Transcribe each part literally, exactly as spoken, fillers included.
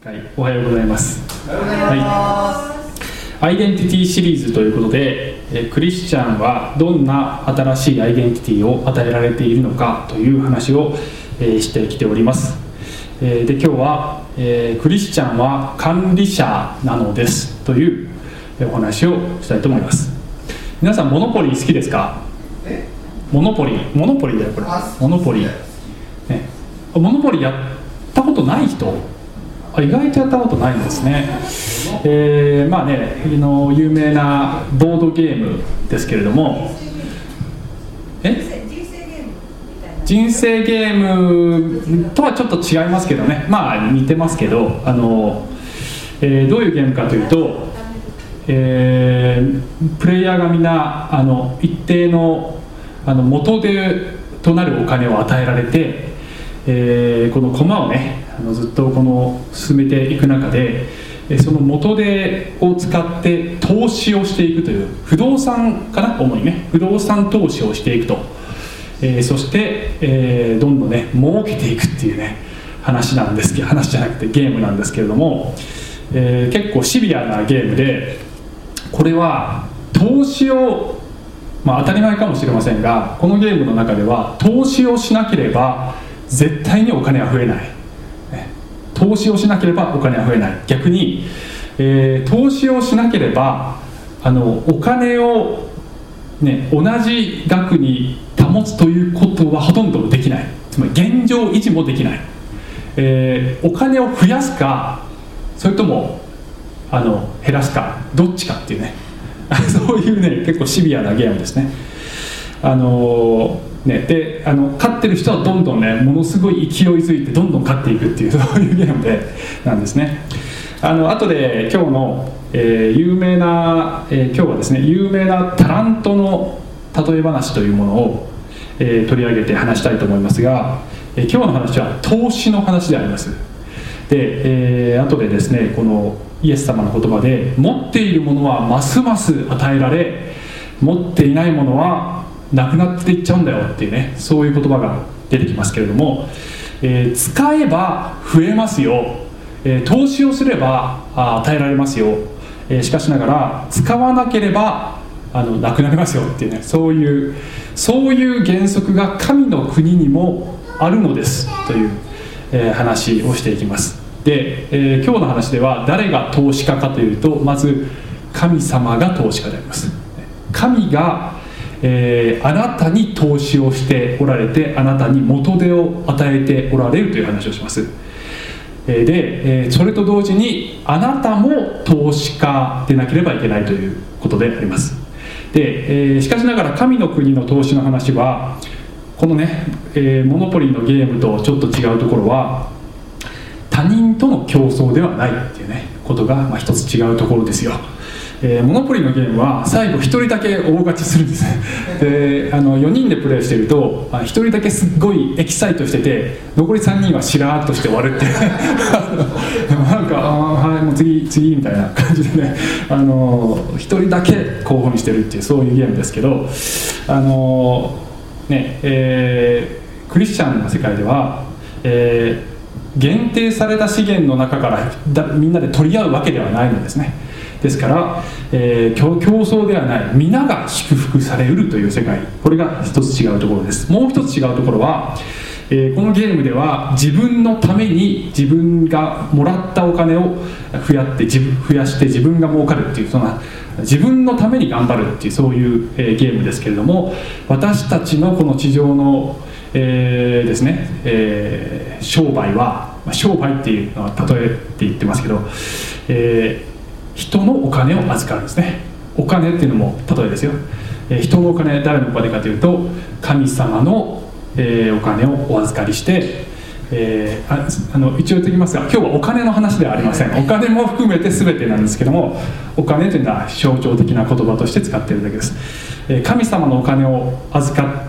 はい、おはようございます。 おはようございます。 はい、アイデンティティシリーズということで、えクリスチャンはどんな新しいアイデンティティを与えられているのかという話を、えー、してきております。えー、で今日は、えー、クリスチャンは管理者なのですというお話をしたいと思います。皆さんモノポリー好きですか？ えモノポリーモノポリーだよこれ。モノポリー、ね、モノポリーやったことない人、意外とやったことないんですね。えー、まあね、の有名なボードゲームですけれども、え人生ゲームとはちょっと違いますけどね、まあ似てますけど、あの、えー、どういうゲームかというと、えー、プレイヤーがみんなあの一定の、あの元手となるお金を与えられて、えー、この駒をねあのずっとこの進めていく中で、その元手を使って投資をしていくという、不動産かな、主にね不動産投資をしていくと、えー、そして、えー、どんどんね儲けていくっていうね話なんですけど、話じゃなくてゲームなんですけれども、えー、結構シビアなゲームで、これは投資を、まあ、当たり前かもしれませんが、このゲームの中では投資をしなければ絶対にお金は増えない、ね、投資をしなければお金は増えない。逆に、えー、投資をしなければあのお金を、ね、同じ額に保つということはほとんどできない。つまり現状維持もできない、えー、お金を増やすかそれともあの減らすか、どっちかっていうねそういうね結構シビアなゲームですね。あのーね、であの勝ってる人はどんどんねものすごい勢いづいてどんどん勝っていくっていうそういうゲームでなんですね。あの後で今日の、えー、有名な、えー、今日はですね有名なタラントの例え話というものを、えー、取り上げて話したいと思いますが、えー、今日の話は投資の話であります。で、えー、後でですねこのイエス様の言葉で、持っているものはますます与えられ、持っていないものはなくなっていっちゃうんだよっていうね、そういう言葉が出てきますけれども、えー、使えば増えますよ、えー、投資をすれば与えられますよ、えー、しかしながら使わなければあのなくなりますよっていうね、そういうそういう原則が神の国にもあるのですという、えー、話をしていきます。で、えー、今日の話では誰が投資家かというと、まず神様が投資家であります。神がえー、あなたに投資をしておられて、あなたに元手を与えておられるという話をします。えー、で、えー、それと同時にあなたも投資家でなければいけないということであります。で、えー、しかしながら神の国の投資の話はこのね、えー、モノポリーのゲームとちょっと違うところは、他人との競争ではないっていうねことが、まあ、一つ違うところですよ。えー、モノポリーのゲームは最後ひとりだけ大勝ちするんですね。であのよにんでプレイしているとひとりだけすっごいエキサイトしてて、残りさんにんはしらーっとして終わるっていうなんかあはいもう次次みたいな感じでね、あのひとりだけ興奮してるっていうそういうゲームですけど、あのねえー、クリスチャンの世界では、えー、限定された資源の中からだみんなで取り合うわけではないのですね。ですから、えー、競争ではない、皆が祝福されうるという世界、これが一つ違うところです。もう一つ違うところは、えー、このゲームでは自分のために自分がもらったお金を増やって自分増やして自分が儲かるっていう、その自分のために頑張るっていうそういう、えー、ゲームですけれども、私たちのこの地上の、えー、ですね、えー、商売は商売っていうのは例えて言ってますけど、えー人のお金を預かるんですね。お金っていうのも例えですよ。えー、人のお金、誰のお金かというと神様の、えー、お金をお預かりして、えー、ああの一応言っておきますが、今日はお金の話ではありません。お金も含めて全てなんですけども、お金というのは象徴的な言葉として使っているだけです。えー、神様のお金を預かって、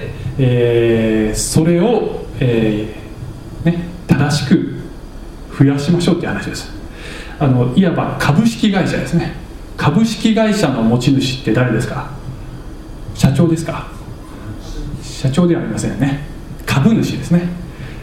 えー、それを、えーね、正しく増やしましょうっていう話です。あのいわば株式会社ですね。株式会社の持ち主って誰ですか？社長ですか？社長ではありませんよね。株主ですね。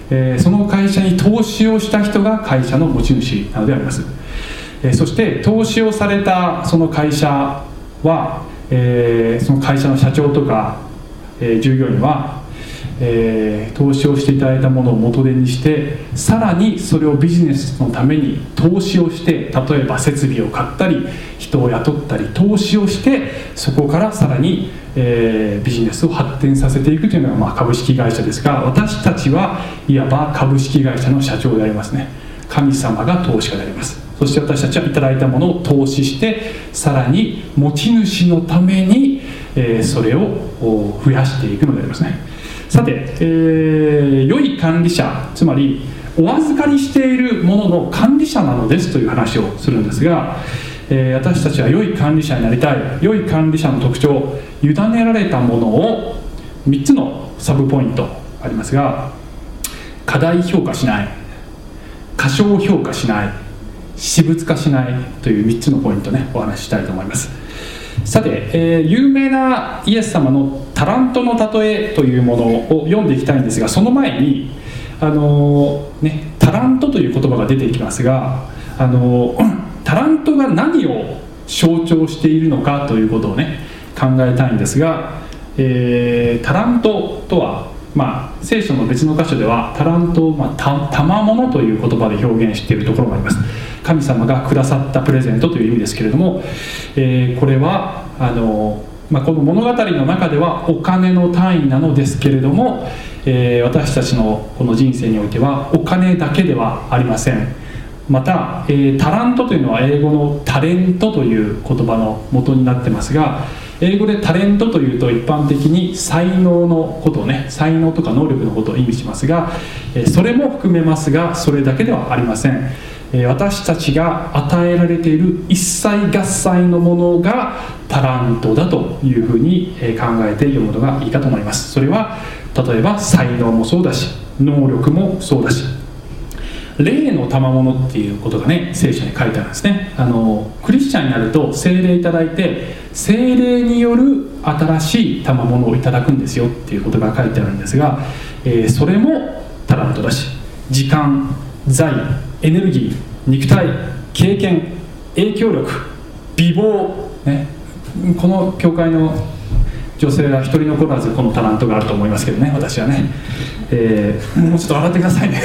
えー、その会社に投資をした人が会社の持ち主なのであります。えー、そして投資をされたその会社は、えー、その会社の社長とか、えー、従業員は、えー、投資をしていただいたものを元手にして、さらにそれをビジネスのために投資をして、例えば設備を買ったり人を雇ったり投資をして、そこからさらに、えー、ビジネスを発展させていくというのが、まあ、株式会社ですが、私たちはいわば株式会社の社長でありますね。神様が投資家であります。そして私たちはいただいたものを投資して、さらに持ち主のために、えー、それを増やしていくのでありますね。さて、えー、良い管理者、つまりお預かりしているものの管理者なのですという話をするんですが、えー、私たちは良い管理者になりたい。良い管理者の特徴、委ねられたものをみっつのサブポイントありますが、過大評価しない、過小評価しない、私物化しないというみっつのポイントね、お話ししたいと思います。さて、えー、有名なイエス様のタラントの例えというものを読んでいきたいんですが、その前にあのーね、タラントという言葉が出てきますが、あのー、タラントが何を象徴しているのかということをね考えたいんですが、えー、タラントとは、まあ、聖書の別の箇所ではタラントを、まあ、た賜物という言葉で表現しているところがあります。神様がくださったプレゼントという意味ですけれども、えー、これはあの、まあ、この物語の中ではお金の単位なのですけれども、えー、私たちのこの人生においてはお金だけではありません。また、えー、タラントというのは英語のタレントという言葉の元になってますが、英語でタレントというと一般的に才能のことをね、才能とか能力のことを意味しますが、えー、それも含めますが、それだけではありません。私たちが与えられている一切合切のものがタラントだというふうに考えて読むのがいいかと思います。それは例えば才能もそうだし、能力もそうだし、霊の賜物っていうことがね聖書に書いてあるんですね。あのクリスチャンになると聖霊いただいて、聖霊による新しい賜物をいただくんですよっていうことが書いてあるんですが、えー、それもタラントだし、時間、財、エネルギー、肉体、経験、影響力、美貌、ね、この教会の女性は一人残らずこのタラントがあると思いますけどね、私はね、えー、もうちょっと笑ってくださいね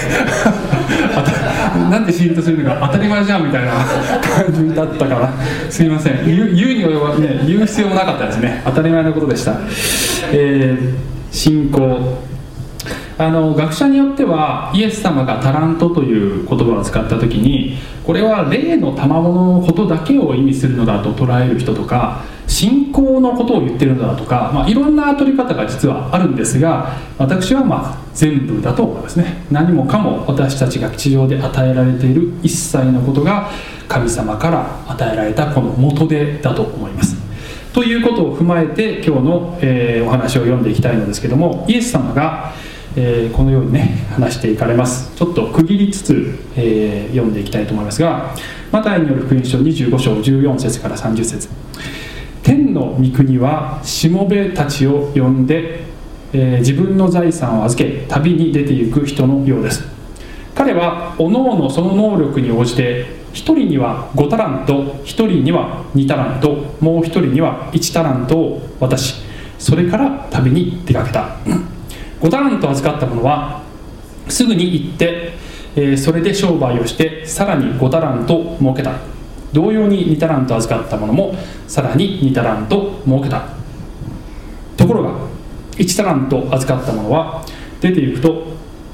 なんでシーンとするのが当たり前じゃんみたいな感じだったからすみません。言う、言うにはね、言う必要もなかったですね。当たり前のことでした。えー、信仰、あの学者によってはイエス様がタラントという言葉を使った時に、これは霊の賜物のことだけを意味するのだと捉える人とか、信仰のことを言ってるのだとか、まあ、いろんな取り方が実はあるんですが、私はまあ全部だと思いますね。何もかも私たちが地上で与えられている一切のことが神様から与えられたこの元手だと思います。ということを踏まえて今日の、えー、お話を読んでいきたいのですけども、イエス様がえー、このようにね話していかれます。ちょっと区切りつつ、えー、読んでいきたいと思いますが、マタイによる福音書にじゅうご章じゅうよん節からさんじゅう節、天の御国はしもべたちを呼んで、えー、自分の財産を預け旅に出て行く人のようです。彼はおのおのその能力に応じて、一人にはごタラント、一人にはにタラント、もう一人にはいちタラントを渡し、それから旅に出かけた。ごタラント預かった者はすぐに行って、えー、それで商売をしてさらにごタラント儲けた。同様ににタラント預かった者もさらににタラント儲けた。ところがいちタラント預かった者は出て行くと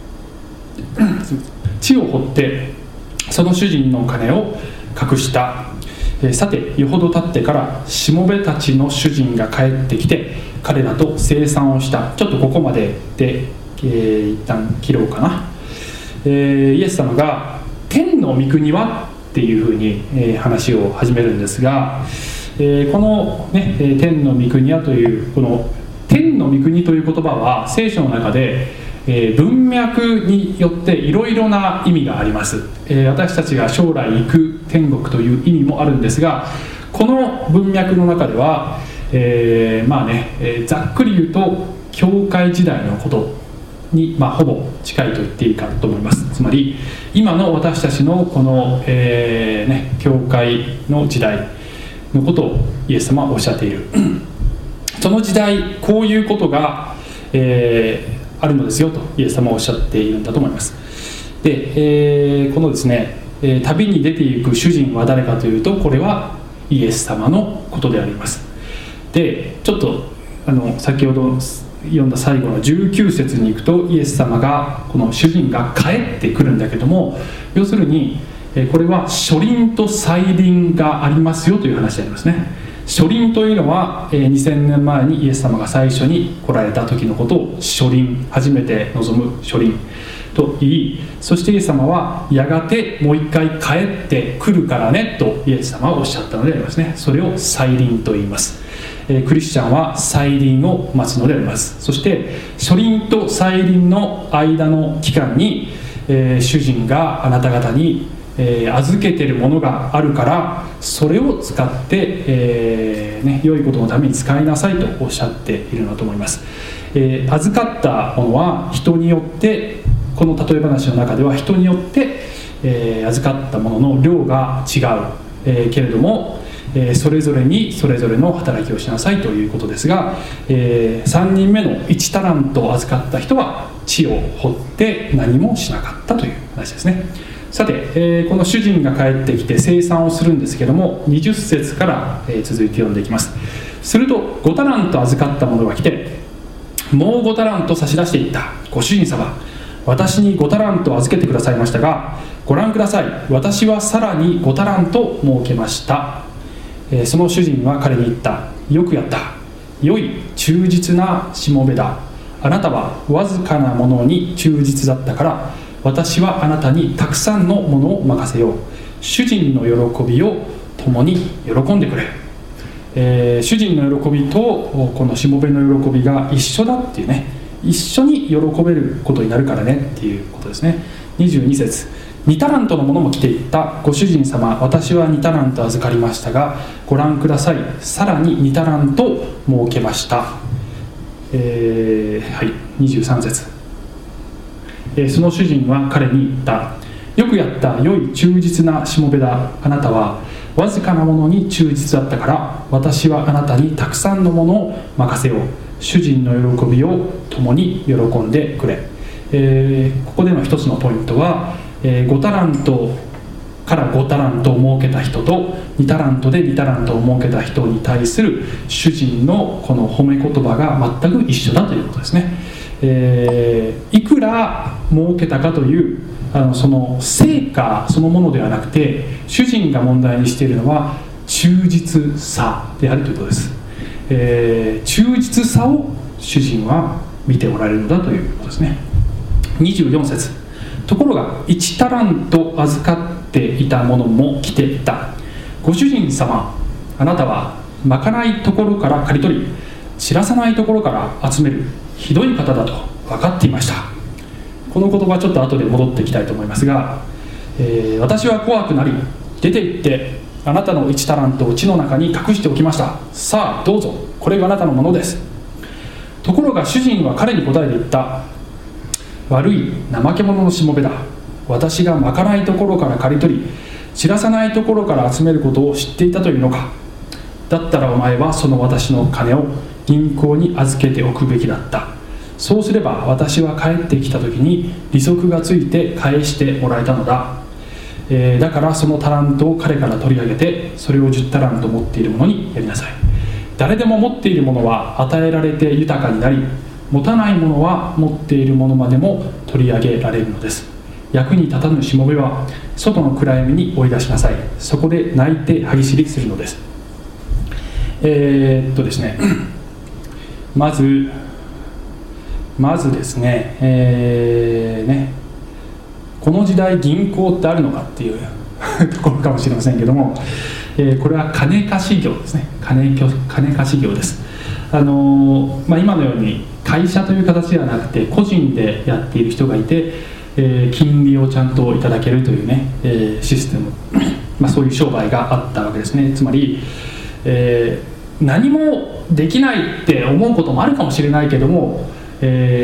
地を掘ってその主人の金を隠した。えー、さてよほど経ってからしもべたちの主人が帰ってきて彼らと清算をした。ちょっとここまでで、えー、一旦切ろうかな。えー、イエス様が天の御国はっていうふうに、えー、話を始めるんですが、えー、この、ね、天の御国はというこの天の御国という言葉は聖書の中で、えー、文脈によっていろいろな意味があります。えー、私たちが将来行く天国という意味もあるんですが、この文脈の中ではえー、まあね、えー、ざっくり言うと教会時代のことに、まあ、ほぼ近いと言っていいかと思います。つまり今の私たちのこの、えーね、教会の時代のことをイエス様はおっしゃっているその時代こういうことが、えー、あるのですよとイエス様はおっしゃっているんだと思います。で、えー、このですね、えー、旅に出ていく主人は誰かというと、これはイエス様のことであります。でちょっとあの先ほど読んだ最後のじゅうきゅう節に行くと、イエス様がこの主人が帰ってくるんだけども、要するにこれは初臨と再臨がありますよという話でありますね。初臨というのはにせんねんまえにイエス様が最初に来られた時のことを初臨、初めて臨む初臨と言い、そしてイエス様はやがてもう一回帰ってくるからねとイエス様はおっしゃったのでありますね。それを再臨と言います。クリスチャンは再臨を待つのであります。そして初臨と再臨の間の期間に、えー、主人があなた方に、えー、預けているものがあるから、それを使って、えーね、良いことのために使いなさいとおっしゃっているのだと思います。えー、預かったものは人によって、この例え話の中では人によって、えー、預かったものの量が違う、えー、けれどもそれぞれにそれぞれの働きをしなさいということですが、えー、さんにんめのいちタラントを預かった人は地を掘って何もしなかったという話ですね。さて、えー、この主人が帰ってきて清算をするんですけども、にじゅっ節から、えー、続いて読んでいきます。するとごタラント預かった者が来て、もうごタラント差し出していった。ご主人様、私にごタラント預けてくださいましたが、ご覧ください、私はさらにごタラント設けました。その主人は彼に言った。よくやった。良い忠実なしもべだ。あなたはわずかなものに忠実だったから、私はあなたにたくさんのものを任せよう。主人の喜びを共に喜んでくれ。えー、主人の喜びとこのしもべの喜びが一緒だっていうね、一緒に喜べることになるからねっていうことですね。にじゅうに節、にタラントのものも来ていった。ご主人様、私はにタラント預かりましたが、ご覧ください、さらににタラント設けました。えー、はい、にじゅうさん節、えー、その主人は彼に言った。よくやった、良い忠実なしもべだ。あなたはわずかなものに忠実だったから、私はあなたにたくさんのものを任せよう。主人の喜びを共に喜んでくれ。えー、ここでの一つのポイントは、ごタラントからごタラントを設けた人とにタラントでにタラントを設けた人に対する主人のこの褒め言葉が全く一緒だということですね。えー、いくら設けたかというあのその成果そのものではなくて、主人が問題にしているのは忠実さであるということです。えー、忠実さを主人は見ておられるのだということですね。にじゅうよん節、ところがいちタラント預かっていた者も来ていた。ご主人様、あなたはまかないところから刈り取り、散らさないところから集めるひどい方だと分かっていました。この言葉ちょっと後で戻っていきたいと思いますが、えー、私は怖くなり出て行ってあなたのいちタラントを地の中に隠しておきました。さあどうぞ、これがあなたのものです。ところが主人は彼に答えて言った。悪い怠け者のしもべだ。私がまかないところから刈り取り、散らさないところから集めることを知っていたというのか。だったらお前はその私の金を銀行に預けておくべきだった。そうすれば私は帰ってきた時に利息がついて返してもらえたのだ。えー、だからそのタラントを彼から取り上げて、それをじゅうタラント持っている者にやりなさい。誰でも持っているものは与えられて豊かになり、持たないものは持っているものまでも取り上げられるのです。役に立たぬしもべは外の暗闇に追い出しなさい。そこで泣いて歯ぎしりするのです。えー、っとですねまずまずですね,、えー、ねこの時代銀行ってあるのかっていうところかもしれませんけども、えー、これは金貸し業ですね。 金, 金貸し業です。あのーまあ、今のように会社という形ではなくて個人でやっている人がいて、えー、金利をちゃんといただけるというね、えー、システムまあ、そういう商売があったわけですね。つまり、えー、何もできないって思うこともあるかもしれないけども、え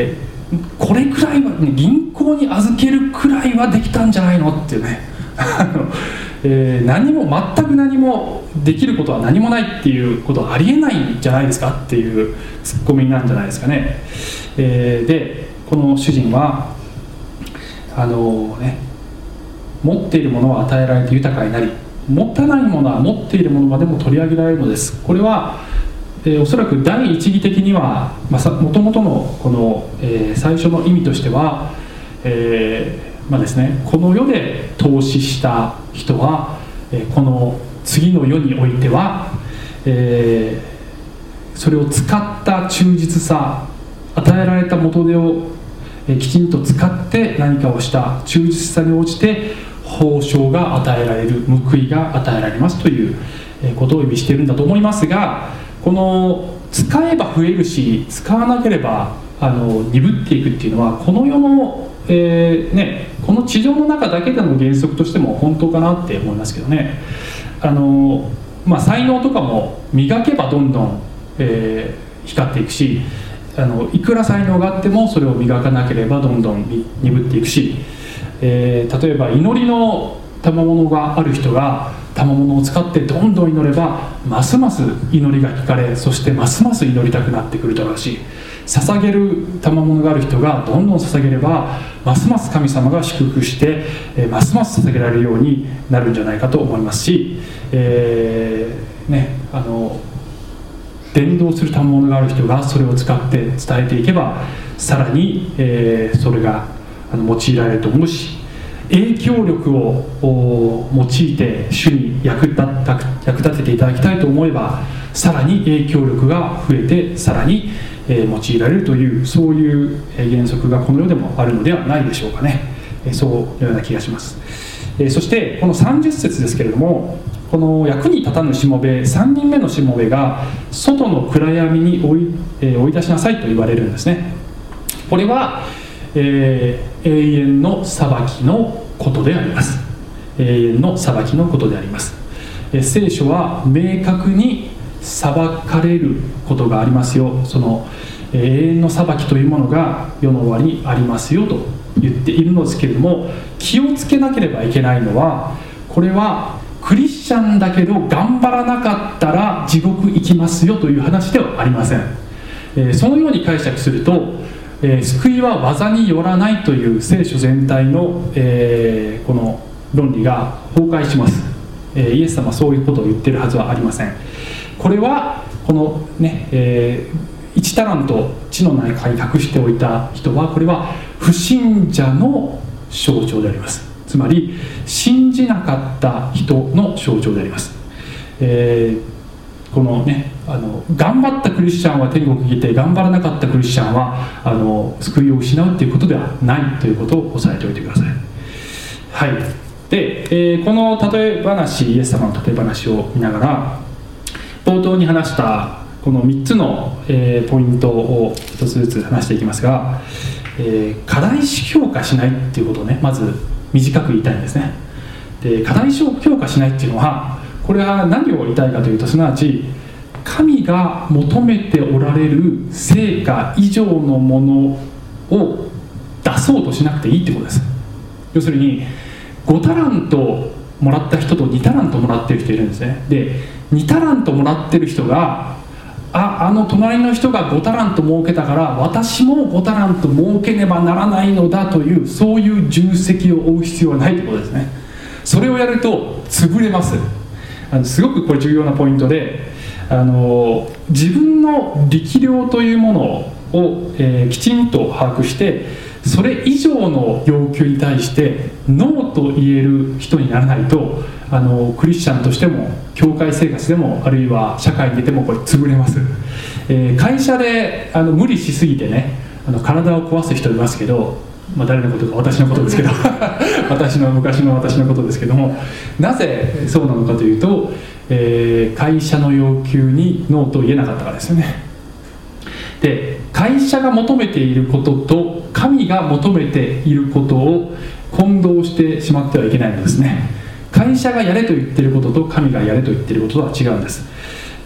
これくらいは、ね、銀行に預けるくらいはできたんじゃないのっていうねあの、えー、何も全く何もできることは何もないっていうことはありえないんじゃないですかっていうツッコミなんじゃないですかね。えー、でこの主人はあのね、持っているものは与えられて豊かになり、持たないものは持っているものまでも取り上げられるのです。これは、えー、おそらく第一義的にはもともとのこの、えー、最初の意味としては、えーまあですね、この世で投資した人は、えー、この次の世においては、えー、それを使った忠実さ、与えられた元手を、えー、きちんと使って何かをした忠実さに応じて報酬が与えられる、報いが与えられますということを意味しているんだと思いますが、この使えば増えるし使わなければあの鈍っていくっていうのはこの世の、えーね、この地上の中だけでの原則としても本当かなって思いますけどね。あの、まあ、才能とかも磨けばどんどん、えー、光っていくし、あのいくら才能があってもそれを磨かなければどんどん鈍っていくし、えー、例えば祈りの賜物がある人が賜物を使ってどんどん祈ればますます祈りが聞かれ、そしてますます祈りたくなってくるだろうし、捧げる賜物がある人がどんどん捧げればますます神様が祝福して、えー、ますます捧げられるようになるんじゃないかと思いますし、えーね、あの伝道する賜物がある人がそれを使って伝えていけばさらに、えー、それがあの用いられると思うし、影響力を用いて主に役立た役立てていただきたいと思えばさらに影響力が増えてさらに、えー、用いられるというそういう原則がこの世でもあるのではないでしょうかね。えー、そういうような気がします。えー、そしてこのさんじゅっ節ですけれども、この役に立たぬしもべさんにんめのしもべが外の暗闇に追い、えー、追い出しなさいと言われるんですね。これは、えー、永遠の裁きのことであります。永遠の裁きのことであります。えー、聖書は明確に裁かれることがありますよ、その、えー、永遠の裁きというものが世の終わりにありますよと言っているのですけれども、気をつけなければいけないのは、これはクリスチャンだけど頑張らなかったら地獄行きますよという話ではありません。えー、そのように解釈すると、えー、救いは技によらないという聖書全体の、えー、この論理が崩壊します。えー、イエス様はそういうことを言っているはずはありません。これはこのね、えー、いちタラント地の中に隠しておいた人は、これは不信者の象徴であります。つまり信じなかった人の象徴であります。えー、このね、あの頑張ったクリスチャンは天国に行って頑張らなかったクリスチャンはあの救いを失うということではないということを押さえておいてください。はい。で、えー、この例え話、イエス様の例え話を見ながら冒頭に話したこのみっつの、えー、ポイントをひとつずつ話していきますが、えー、課題評価しないっていうことをね、まず短く言いたいんですね。で、課題評価しないっていうのは、これは何を言いたいかというと、すなわち神が求めておられる成果以上のものを出そうとしなくていいってことです。要するにごタラントもらった人とにタラントもらってる人いるんですね。で、にタラントもらってる人が、あ、あの隣の人がごタラント儲けたから私もごタラント儲けねばならないのだという、そういう重責を負う必要はないということですね。それをやると潰れます。あのすごくこれ重要なポイントで、あの自分の力量というものを、えー、きちんと把握して、それ以上の要求に対してノーと言える人にならないと、あのクリスチャンとしても教会生活でもあるいは社会に出てもこれ潰れます。えー、会社であの無理しすぎてね、あの体を壊す人いますけど、まあ、誰のことか私のことですけど私の昔の私のことですけども、なぜそうなのかというと、えー、会社の要求にノーと言えなかったからですよね。で、会社が求めていることと神が求めていることを混同してしまってはいけないのですね。会社がやれと言っていることと神がやれと言っていることとは違うんです。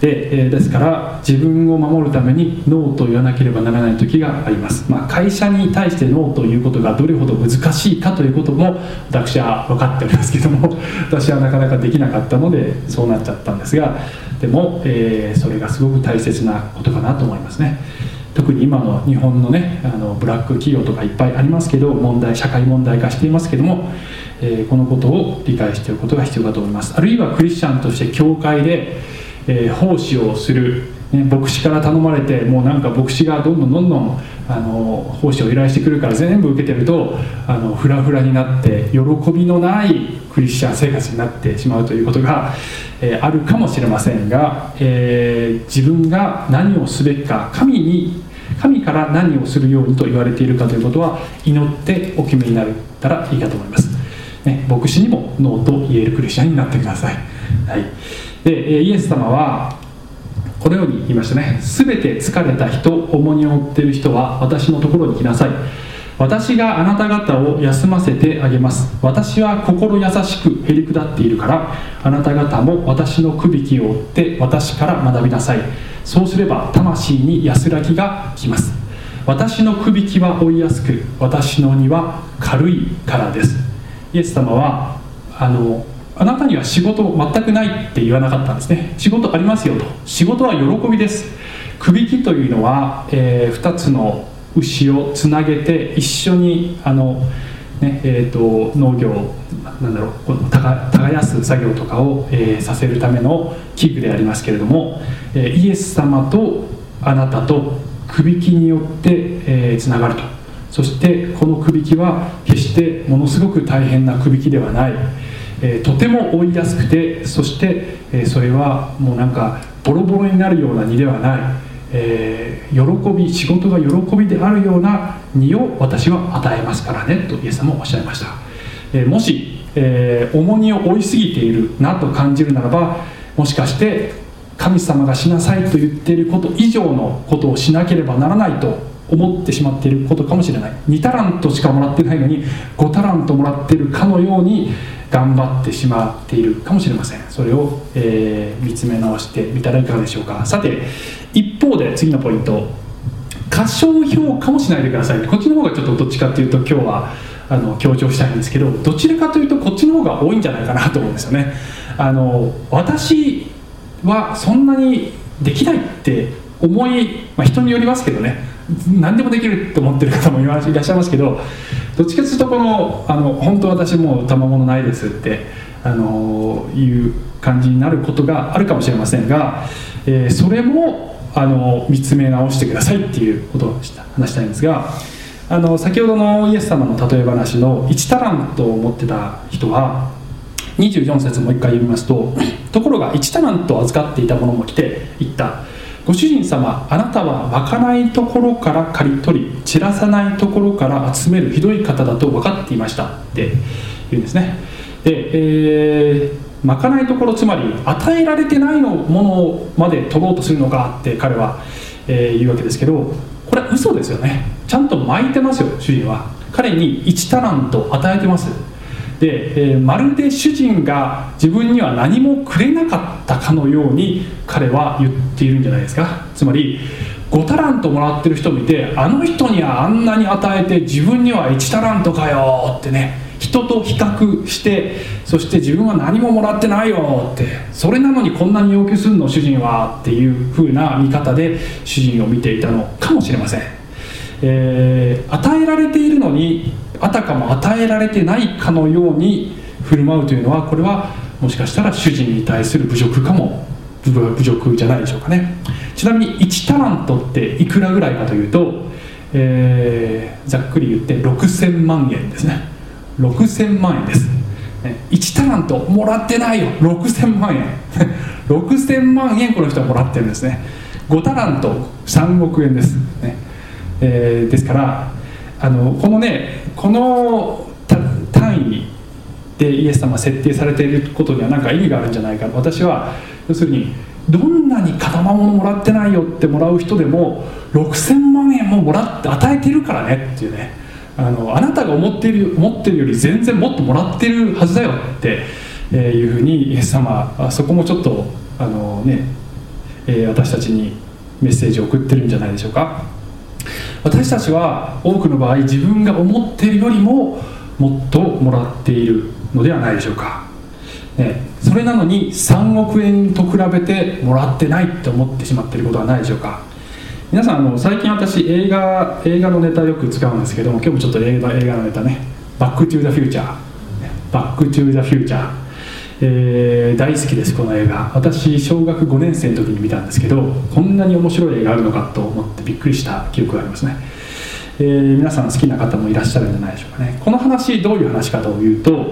で、えー、ですから自分を守るためにノーと言わなければならない時があります。まあ、会社に対してノーということがどれほど難しいかということも私は分かっておりますけども、私はなかなかできなかったのでそうなっちゃったんですが、でも、えー、それがすごく大切なことかなと思いますね。特に今の日本のね、あのブラック企業とかいっぱいありますけど、問題社会問題化していますけども、えー、このことを理解しておくことが必要かと思います。あるいはクリスチャンとして教会で、えー、奉仕をする、ね、牧師から頼まれて、もうなんか牧師がどんどんどんどんあの奉仕を依頼してくるから全部受けてると、あのフラフラになって喜びのないクリスチャン生活になってしまうということが、えー、あるかもしれませんが、えー、自分が何をすべきか、神に神から何をするようにと言われているかということは祈ってお決めになったらいいかと思います、ね、牧師にもノーと言えるクリスチャンになってください、はい、でイエス様はこのように言いましたね。すべて疲れた人、重荷を負っている人は私のところに来なさい。私があなた方を休ませてあげます。私は心優しくへり下っているから、あなた方も私のくびきを追って私から学びなさい。そうすれば魂に安らぎがきます。私のくびきは追いやすく、私の荷は軽いからです。イエス様はあのあなたには仕事全くないって言わなかったんですね。仕事ありますよと。仕事は喜びです。くびきというのは、えー、ふたつの牛をつなげて一緒にあの、ねえー、と農業なんだろうこの耕す作業とかを、えー、させるための器具でありますけれども、えー、イエス様とあなたとくびきによって、えー、つながると。そしてこのくびきは決してものすごく大変なくびきではない、えー、とても追いやすくて、そして、えー、それはもうなんかボロボロになるような荷ではない、えー、喜び仕事が喜びであるような荷を私は与えますからねとイエス様もおっしゃいました、えー、もし、えー、重荷を負いすぎているなと感じるならば、もしかして神様がしなさいと言っていること以上のことをしなければならないと思ってしまっていることかもしれない。にタラントしかもらってないのにごタラントもらっているかのように頑張ってしまっているかもしれません。それを、えー、見つめ直してみたらいかがでしょうか。さて一方で次のポイント、過小評価もしないでください。こっちの方がちょっとどっちかというと今日はあの強調したいんですけど、どちらかというとこっちの方が多いんじゃないかなと思うんですよね。あの私はそんなにできないって思い、まあ、人によりますけどね、何でもできると思ってる方もいらっしゃいますけど、どっちかというとこのあの本当私もう賜物ないですってあのいう感じになることがあるかもしれませんが、えー、それもあの見つめ直してくださいっていうことを話したいんですが、あの先ほどのイエス様の例え話のいちタラントを持ってた人はにじゅうよん節もう一回読みますと、ところがいちタラントを預かっていた者も来て言った。ご主人様、あなたはまかないところから刈り取り、散らさないところから集めるひどい方だと分かっていましたって言うんですね。で、えー、まかないところ、つまり与えられてないのものまで取ろうとするのかって彼は、えー、言うわけですけど、これは嘘ですよね。ちゃんと巻いてますよ、主人は。彼にいちタラント与えてます。で、えー、まるで主人が自分には何もくれなかったかのように彼は言っているんじゃないですか。つまりごタラントもらってる人を見て、あの人にはあんなに与えて自分にはいちタラントかよってね、人と比較して、そして自分は何ももらってないよって、それなのにこんなに要求するの主人はっていう風な見方で主人を見ていたのかもしれません。えー、与えられているのにあたかも与えられてないかのように振る舞うというのは、これはもしかしたら主人に対する侮辱かも侮辱じゃないでしょうかね。ちなみにいちタラントっていくらぐらいかというと、えー、ざっくり言ってろくせんまんえんですね。ろくせんまんえんです。いちタラントもらってないよ、ろくせんまんえんろくせんまんえんこの人はもらってるんですね。ごタラントさんおくえんです、ねえー、ですからあのこのねこの単位でイエス様が設定されていることには何か意味があるんじゃないか。私は要するにどんなに片物もらってないよってもらう人でもろくせんまんえんももらって与えてるからねっていうね、あのあなたが思っている思ってるより全然もっともらってるはずだよっていうふうにイエス様はそこもちょっとあのねえー、私たちにメッセージを送ってるんじゃないでしょうか。私たちは多くの場合、自分が思っているよりももっともらっているのではないでしょうか、ね、それなのにさんおくえんと比べてもらってないって思ってしまっていることはないでしょうか。皆さん、あの最近私映画映画のネタよく使うんですけども、今日もちょっと映画映画のネタね、バックトゥーザフューチャー、バックトゥーザフューチャー、えー、大好きです。この映画、私小学ごねん生の時に見たんですけど、こんなに面白い映画あるのかと思ってびっくりした記憶がありますね。えー、皆さん好きな方もいらっしゃるんじゃないでしょうかね。この話、どういう話かというと、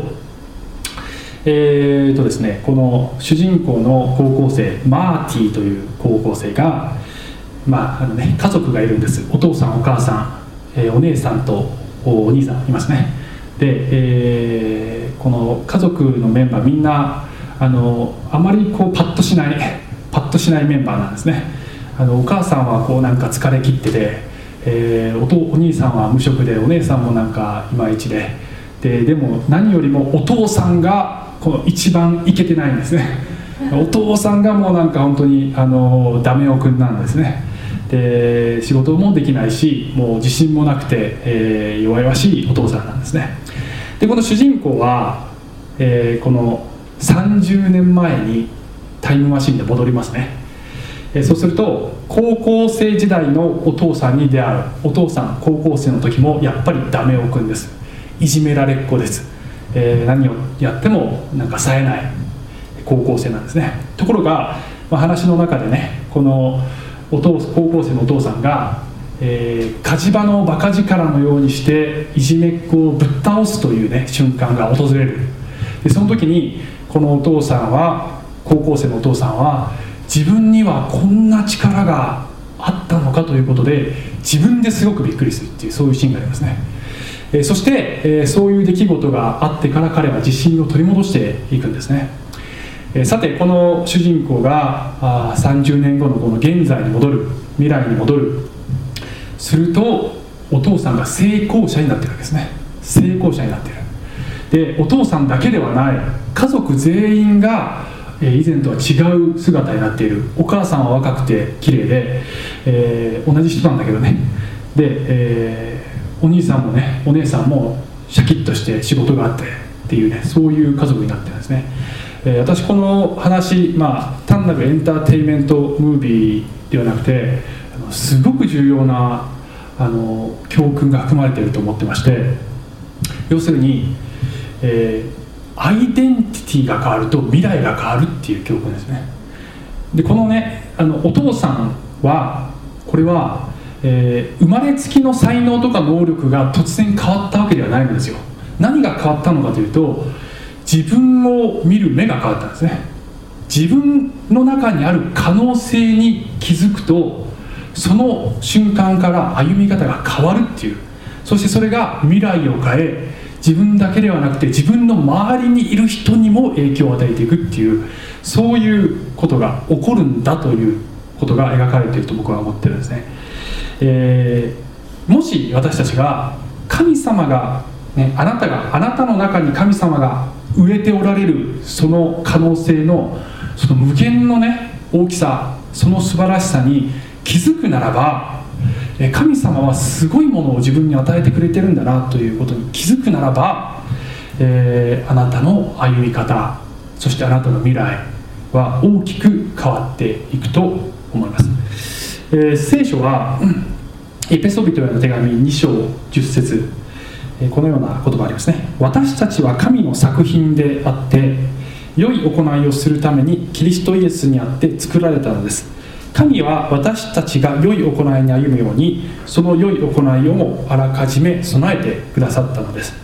えーとですね、この主人公の高校生マーティーという高校生が、まああのね、家族がいるんです。お父さん、お母さん、えー、お姉さんと お, お兄さんいますね。で、えー、この家族のメンバーみんなあのあまりこうパッとしないパッとしないメンバーなんですね。あのお母さんはこうなんか疲れ切ってて、えー、お, お兄さんは無職で、お姉さんもなんかいまいちで、ででも何よりもお父さんがこの一番イケてないんですね。お父さんがもうなんか本当にあのダメ男くんなんですね。で仕事もできないし、もう自信もなくて、えー、弱々しいお父さんなんですね。でこの主人公は、えー、このさんじゅうねんまえにタイムマシンで戻りますね。えー、そうすると高校生時代のお父さんに出会う。お父さん高校生の時もやっぱりダメ男くんです。いじめられっ子です。えー、何をやってもなんか冴えない高校生なんですね。ところが、まあ、話の中でね、このお父高校生のお父さんが、えー、火事場のバカ力のようにしていじめっ子をぶっ倒すというね瞬間が訪れる。でその時にこのお父さんは高校生のお父さんは自分にはこんな力があったのかということで自分ですごくびっくりするっていう、そういうシーンがありますね。えー、そして、えー、そういう出来事があってから彼は自信を取り戻していくんですね。えー、さてこの主人公があさんじゅうねんごのこの現在に戻る、未来に戻る、するとお父さんが成功者になってるわけですね。成功者になっている。でお父さんだけではない、家族全員が、えー、以前とは違う姿になっている。お母さんは若くて綺麗で、えー、同じ人なんだけどね。で、えー、お兄さんもね、お姉さんもシャキッとして仕事があってっていうね、そういう家族になってるんですね。えー、私この話、まあ、単なるエンターテインメントムービーではなくて、すごく重要なあの教訓が含まれていると思ってまして、要するに、えー、アイデンティティが変わると未来が変わるっていう教訓ですね。でこのね、あのお父さんはこれは、えー、生まれつきの才能とか能力が突然変わったわけではないんですよ。何が変わったのかというと、自分を見る目が変わったんですね。自分の中にある可能性に気づくと、その瞬間から歩み方が変わるっていう、そしてそれが未来を変え、自分だけではなくて自分の周りにいる人にも影響を与えていくっていう、そういうことが起こるんだということが描かれていると僕は思ってるんですね。えー、もし私たちが神様が、ね、あなたがあなたの中に神様が植えておられるその可能性のその無限のね大きさ、その素晴らしさに気づくならば、神様はすごいものを自分に与えてくれてるんだなということに気づくならば、えー、あなたの歩み方、そしてあなたの未来は大きく変わっていくと思います。えー、聖書は、うん、エペソビトへの手紙に章じゅっ節、えー、このような言葉ありますね。私たちは神の作品であって良い行いをするためにキリストイエスにあって作られたのです。神は私たちが良い行いに歩むように、その良い行いをもあらかじめ備えてくださったのです。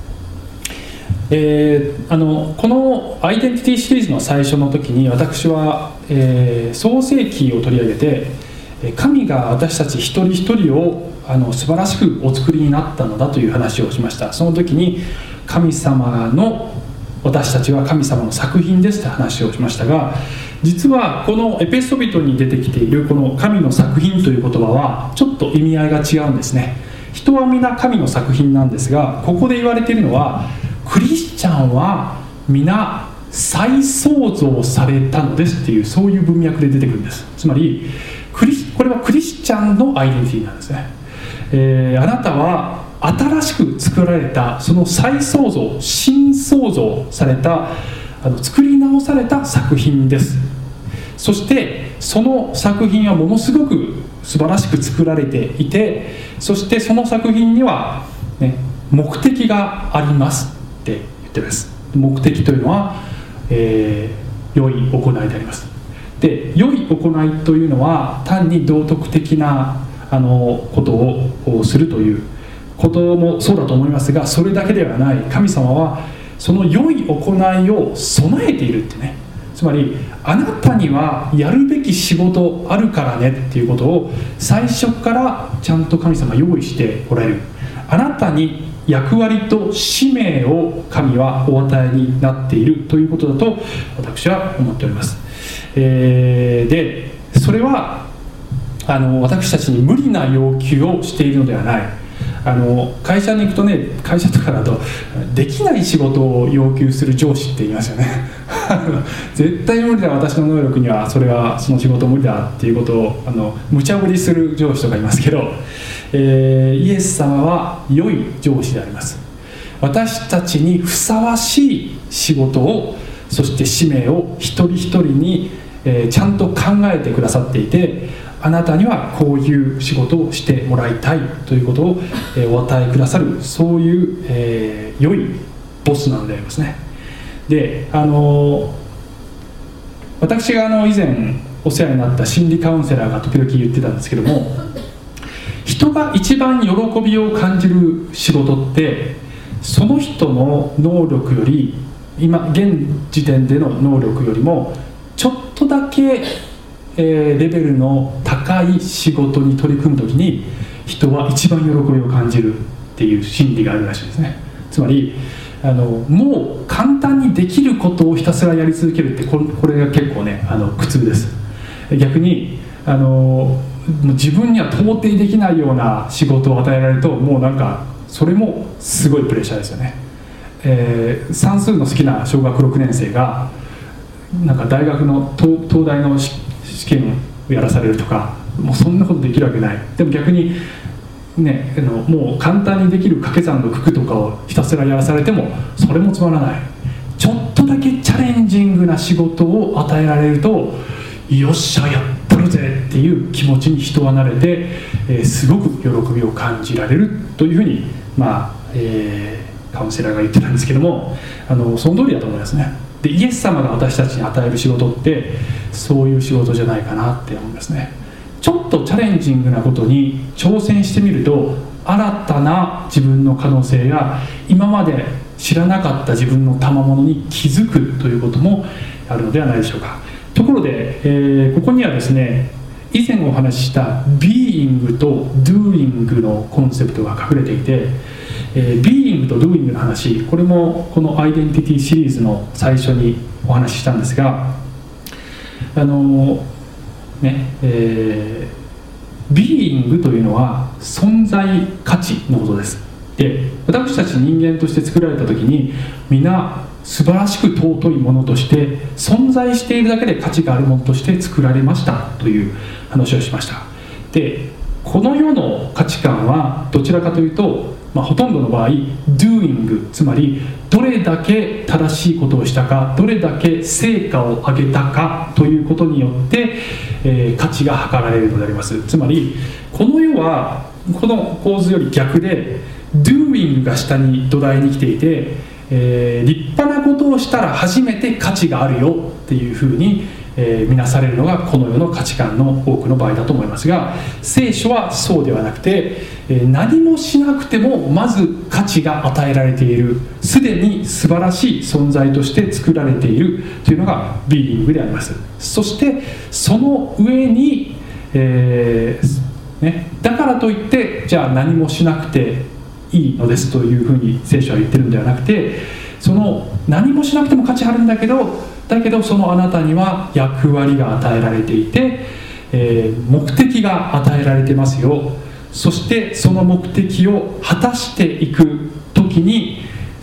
えー、あのこのアイデンティティシリーズの最初の時に私は、えー、創世記を取り上げて、神が私たち一人一人をあの素晴らしくお作りになったのだという話をしました。その時に神様の私たちは神様の作品ですという話をしましたが、実はこのエペソビトに出てきているこの神の作品という言葉はちょっと意味合いが違うんですね。人は皆神の作品なんですが、ここで言われているのはクリスチャンは皆再創造されたのですっていう、そういう文脈で出てくるんです。つまりクリこれはクリスチャンのアイデンティティなんですね。えー、あなたは新しく作られた、その再創造、新創造された、あの作り直された作品です。そしてその作品はものすごく素晴らしく作られていて、そしてその作品には、ね、目的がありますって言ってます。目的というのは、えー、良い行いであります。で、良い行いというのは単に道徳的なあのことをするということもそうだと思いますが、それだけではない。神様はその良い行いを備えているってね。つまりあなたにはやるべき仕事あるからねっていうことを最初からちゃんと神様用意しておられる。あなたに役割と使命を神はお与えになっているということだと私は思っております。えー、でそれはあの私たちに無理な要求をしているのではない。あの会社に行くとね、会社とかだとできない仕事を要求する上司って言いますよね絶対無理だ、私の能力にはそれはその仕事無理だっていうことをあの無茶ぶりする上司とかいますけど、えー、イエス様は良い上司であります。私たちにふさわしい仕事を、そして使命を一人一人に、えー、ちゃんと考えてくださっていて、あなたにはこういう仕事をしてもらいたいということを、えー、お与えくださる、そういう、えー、良いボスなんでありますね。で、あのー、私があの以前お世話になった心理カウンセラーが時々言ってたんですけども、人が一番喜びを感じる仕事ってその人の能力より、今現時点での能力よりもちょっとだけえー、レベルの高い仕事に取り組むときに人は一番喜びを感じるっていう心理があるらしいですね。つまりあのもう簡単にできることをひたすらやり続けるって、これ、これが結構ねあの苦痛です。逆にあの自分には到底できないような仕事を与えられると、もうなんかそれもすごいプレッシャーですよね。えー、算数の好きな小学ろくねん生がなんか大学の 東, 東大の試験をやらされるとか、もうそんなことできるわけない。でも逆にね、あのもう簡単にできる掛け算の九九とかをひたすらやらされてもそれもつまらない。ちょっとだけチャレンジングな仕事を与えられると、よっしゃやったるぜっていう気持ちに人は慣れて、えー、すごく喜びを感じられるというふうに、まあえー、カウンセラーが言ってたんですけども、あのその通りだと思いますね。でイエス様が私たちに与える仕事ってそういう仕事じゃないかなって思いますね。ちょっとチャレンジングなことに挑戦してみると、新たな自分の可能性や今まで知らなかった自分の賜物に気づくということもあるのではないでしょうか。ところで、えー、ここにはですね、以前お話ししたビーイングとドゥーイングのコンセプトが隠れていて、えー、ビーイングとドゥーイングの話、これもこのアイデンティティシリーズの最初にお話ししたんですが、あのねえー、ビーイングというのは存在価値のことです。で、私たち人間として作られた時に皆素晴らしく尊いものとして存在しているだけで価値があるものとして作られましたという話をしました。で、この世の価値観はどちらかというと、まあ、ほとんどの場合 doing、 つまりどれだけ正しいことをしたか、どれだけ成果を上げたかということによって、えー、価値が測られるのであります。つまりこの世はこの構図より逆で doing が下に土台に来ていて、えー、立派なことをしたら初めて価値があるよっていうふうにえー、見なされるのがこの世の価値観の多くの場合だと思いますが、聖書はそうではなくて、えー、何もしなくてもまず価値が与えられている、すでに素晴らしい存在として作られているというのがビーイングであります。そしてその上に、えーね、だからといってじゃあ何もしなくていいのですというふうに聖書は言ってるんではなくて、その何もしなくても価値あるんだけどだけどそのあなたには役割が与えられていて、えー、目的が与えられてますよ。そしてその目的を果たしていくときに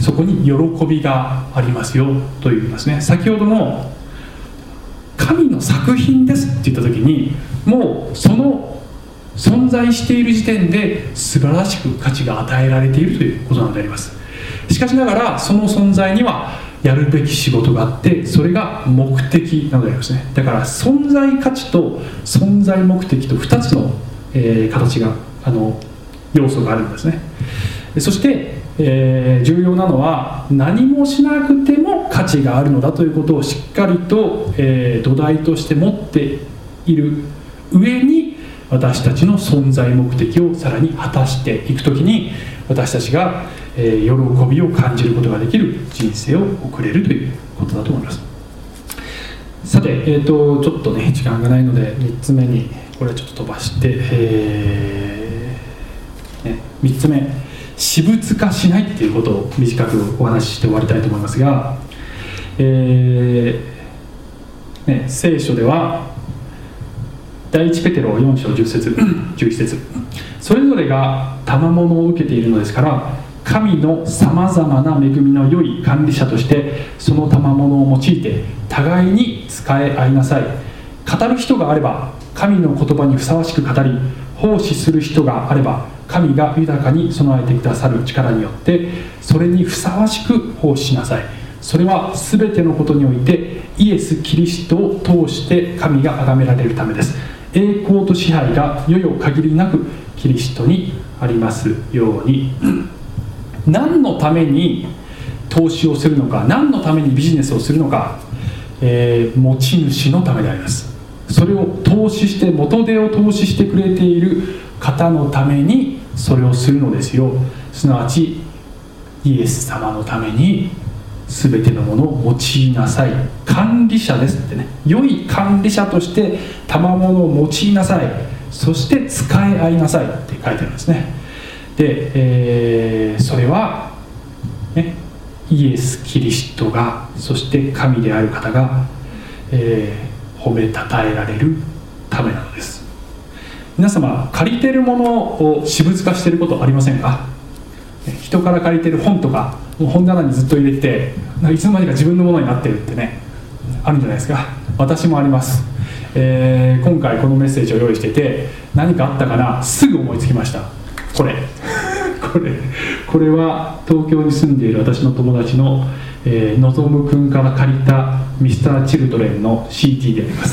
そこに喜びがありますよと言いますね。先ほども神の作品ですって言った時に、もうその存在している時点で素晴らしく価値が与えられているということなのであります。しかしながらその存在にはやるべき仕事があって、それが目的なのでありますね。だから存在価値と存在目的とふたつの、えー、形があの要素があるんですね。そして、えー、重要なのは何もしなくても価値があるのだということをしっかりと、えー、土台として持っている上に、私たちの存在目的をさらに果たしていくときに、私たちが、えー、喜びを感じることができる人生を送れるということだと思います。さて、えーと、ちょっとね時間がないのでみっつめにこれちょっと飛ばして、えーね、みっつめ、私物化しないっていうことを短くお話しして終わりたいと思いますが、えーね、聖書では第一ペテロよん章じゅっ節じゅういち節、それぞれが賜物を受けているのですから、神のさまざまな恵みの良い管理者としてその賜物を用いて互いに使え合いなさい。語る人があれば神の言葉にふさわしく語り、奉仕する人があれば神が豊かに備えてくださる力によってそれにふさわしく奉仕しなさい。それはすべてのことにおいてイエス・キリストを通して神が崇められるためです。栄光と支配が世々限りなくキリストにありますように。何のために投資をするのか、何のためにビジネスをするのか、えー、持ち主のためであります。それを投資して、元手を投資してくれている方のためにそれをするのですよ。すなわちイエス様のために全てのものを用いなさい。管理者ですってね、良い管理者として賜物を用いなさい。そして使い合いなさいって書いてあるんですね。で、えー、それは、ね、イエス・キリストが、そして神である方が、えー、褒めたたえられるためなのです。皆様、借りているものを私物化していることありませんか？人から借りている本とかもう本棚にずっと入れて、いつの間にか自分のものになってるってね、あるんじゃないですか。私もあります。えー、今回このメッセージを用意していて、何かあったかな、すぐ思いつきました。これこれこれは東京に住んでいる私の友達の、えー、のぞむくんから借りたミスターチルドレンの シーディー であります、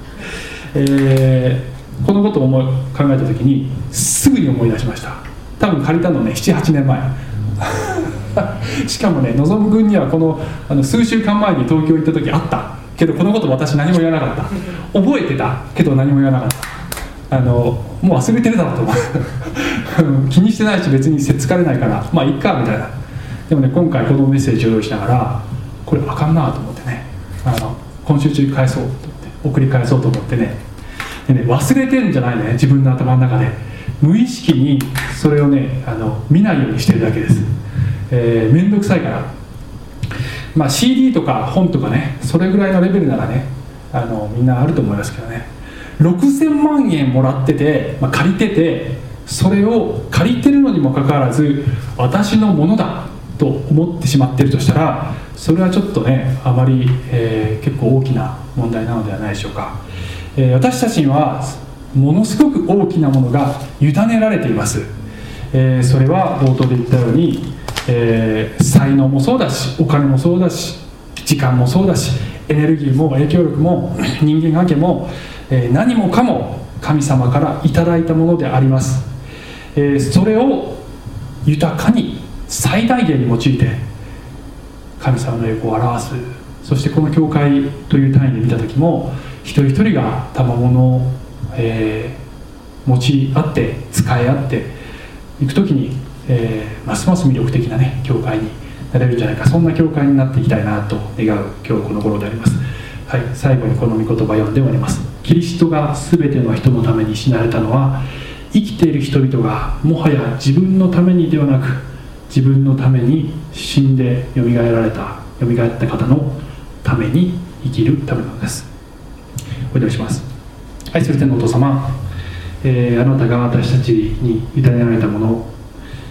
えー、このことを思い考えた時にすぐに思い出しました。多分借りたのねななはちねんまえしかもね、のぞむくんにはこの、あの数週間前に東京行った時あったけど、このこと私何も言わなかった。覚えてたけど何も言わなかった。あのもう忘れてるだろうと思う気にしてないし別にせっつかれないからまあいっかみたいな。でもね、今回このメッセージを用意しながら、これあかんなと思ってね、あの今週中に返そうと思って送り返そうと思ってね。でね、忘れてるんじゃないね、自分の頭の中で無意識にそれをね、あの見ないようにしてるだけです。えー、めんどくさいから。まあ シーディー とか本とかね、それぐらいのレベルならね、あのみんなあると思いますけどね、ろくせんまんえんもらってて、まあ、借りてて、それを借りてるのにもかかわらず私のものだと思ってしまっているとしたら、それはちょっとね、あまり、えー、結構大きな問題なのではないでしょうか。えー、私たちにはものすごく大きなものが委ねられています。えー、それは冒頭で言ったように、えー、才能もそうだし、お金もそうだし、時間もそうだし、エネルギーも影響力も人間関係も、えー、何もかも神様からいただいたものであります。えー、それを豊かに最大限に用いて神様の栄光を表す。そしてこの教会という単位で見た時も、一人一人が賜物を、えー、持ち合って使い合っていく時に、えー、ますます魅力的なね教会になれるんじゃないか、そんな教会になっていきたいなと願う今日この頃であります。はい、最後にこの御言葉を読んで終わります。キリストが全ての人のために死なれたのは、生きている人々がもはや自分のためにではなく、自分のために死んでよみがえられたよみがえった方のために生きるためなのです。お祈りします。愛する天のお父様、えー、あなたが私たちに委ねられたもの、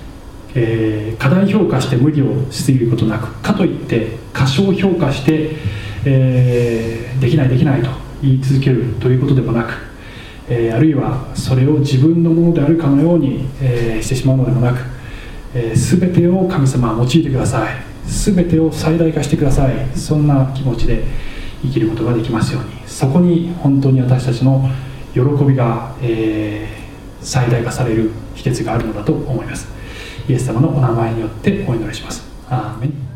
えー、過大評価して無理をしすぎることなく、かといって過小評価して、えー、できないできないと言い続けるということでもなく、えー、あるいはそれを自分のものであるかのように、えー、してしまうのでもなく、えー、全てを神様は用いてください、全てを最大化してください、そんな気持ちで生きることができますように、そこに本当に私たちの喜びが、えー、最大化される秘訣があるのだと思います。イエス様のお名前によってお祈りします。アーメン。